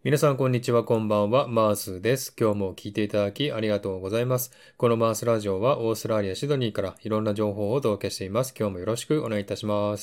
皆さん、こんにちは、こんばんは。マースです。今日も聞いていただきありがとうございます。このマースラジオはオーストラリア・シドニーからいろんな情報をお届けしています。今日もよろしくお願いいたします。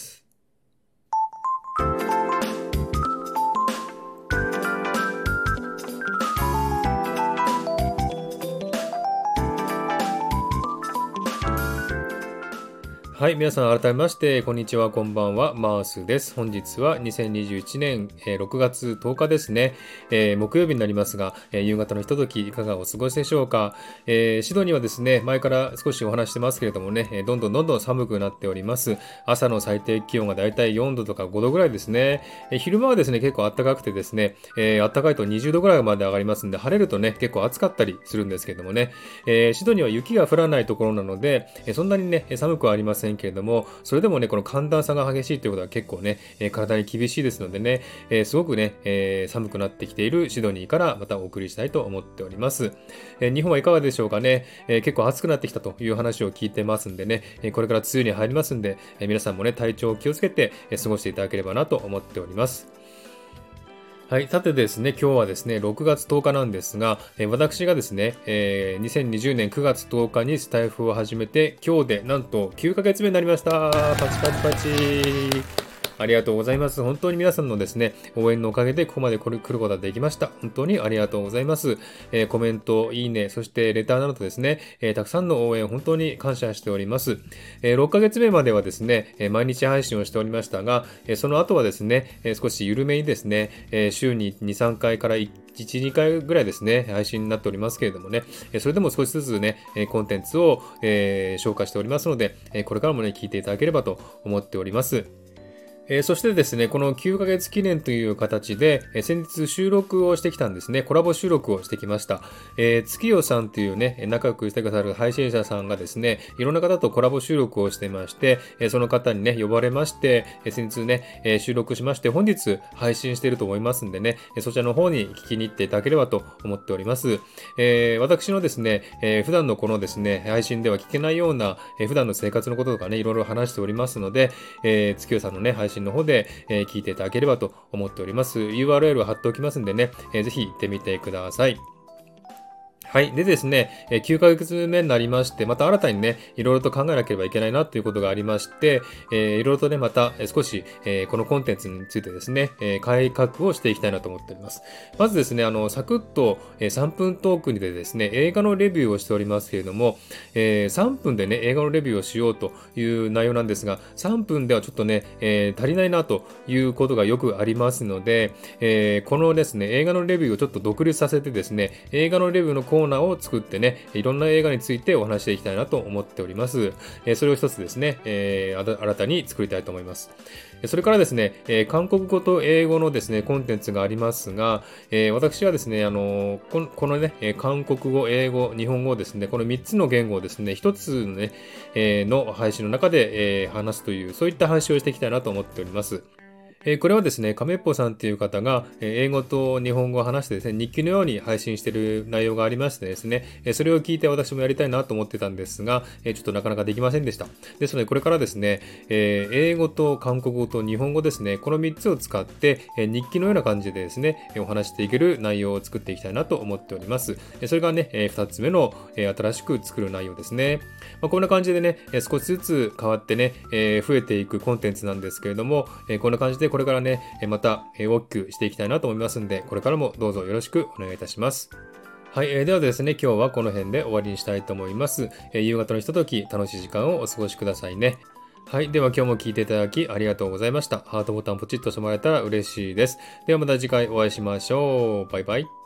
はい、皆さん改めまして、こんにちは、こんばんは、マースです。本日は2021年6月10日ですね、木曜日になりますが、夕方のひとときいかがお過ごしでしょうか。シドニーはですね、前から少しお話してますけれどもね、どんどん寒くなっております。朝の最低気温がだいたい4度とか5度ぐらいですね。昼間はですね、結構暖かくてですね、暖かいと20度ぐらいまで上がりますんで、晴れるとね、結構暑かったりするんですけれどもね、シドニーは雪が降らないところなので、そんなにね、寒くはありませんけれども、それでもね、この寒暖差が激しいということは結構ね、体に厳しいですのでね、すごくね、寒くなってきているシドニーからまたお送りしたいと思っております。日本はいかがでしょうかね、結構暑くなってきたという話を聞いてますんでね、これから梅雨に入りますんで、皆さんもね、体調を気をつけて、過ごしていただければなと思っております。はい。さてですね、今日はですね、6月10日なんですが、私がですね、2020年9月10日にスタイフを始めて、今日でなんと9ヶ月目になりました。パチパチパチ。ありがとうございます。本当に皆さんのですね、応援のおかげでここまで来ることができました。本当にありがとうございます。コメント、いいね、そしてレターなどとですね、たくさんの応援本当に感謝しております。6ヶ月目まではですね、毎日配信をしておりましたが、その後はですね、少し緩めにですね、週に2、3回から1、2回ぐらいですね、配信になっておりますけれどもね、それでも少しずつね、コンテンツを、消化しておりますので、これからもね、聞いていただければと思っております。そしてですね、この9ヶ月記念という形で、先日収録をしてきたんですね。コラボ収録をしてきました。月夜さんというね、仲良くしてくださる配信者さんがですね、いろんな方とコラボ収録をしてまして、その方にね、呼ばれまして、先日ね、収録しまして、本日配信していると思いますんでね、そちらの方に聞きに行っていただければと思っております。私のですね、普段のこのですね、配信では聞けないような、普段の生活のこととかね、いろいろ話しておりますので、月夜さんのね、配信の方で、聞いていただければと思っております。URL を貼っておきますんでね、ぜひ行ってみてください。はい。でですね、9ヶ月目になりまして、また新たにね、いろいろと考えなければいけないなということがありまして、いろいろとね、また少し、このコンテンツについてですね、改革をしていきたいなと思っております。まずですね、サクッと、3分トークでですね、映画のレビューをしておりますけれども、3分でね、映画のレビューをしようという内容なんですが、3分ではちょっとね、足りないなということがよくありますので、このですね、映画のレビューをちょっと独立させてですね、映画のレビューのコーナーを作ってね、いろんな映画についてお話していきたいなと思っております。それを一つですね、新たに作りたいと思います。それからですね、韓国語と英語のですね、コンテンツがありますが、私はですね、このね、韓国語、英語、日本語ですね、この3つの言語をですね、1つのね、の配信の中で、話すという、そういった話をしていきたいなと思っております。これはですね、亀っぽさんっていう方が、英語と日本語を話してですね、日記のように配信している内容がありましてですね、それを聞いて私もやりたいなと思ってたんですが、ちょっとなかなかできませんでした。ですので、これからですね、英語と韓国語と日本語ですね、この3つを使って、日記のような感じでですね、お話していける内容を作っていきたいなと思っております。それがね、2つ目の、新しく作る内容ですね。こんな感じでね、少しずつ変わってね、増えていくコンテンツなんですけれども、こんな感じでこれからね、また大きくしていきたいなと思いますんで、これからもどうぞよろしくお願いいたします。はい、ではですね、今日はこの辺で終わりにしたいと思います。夕方のひととき、楽しい時間をお過ごしくださいね。はい、では今日も聞いていただきありがとうございました。ハートボタンポチッとしてもらえたら嬉しいです。ではまた次回お会いしましょう。バイバイ。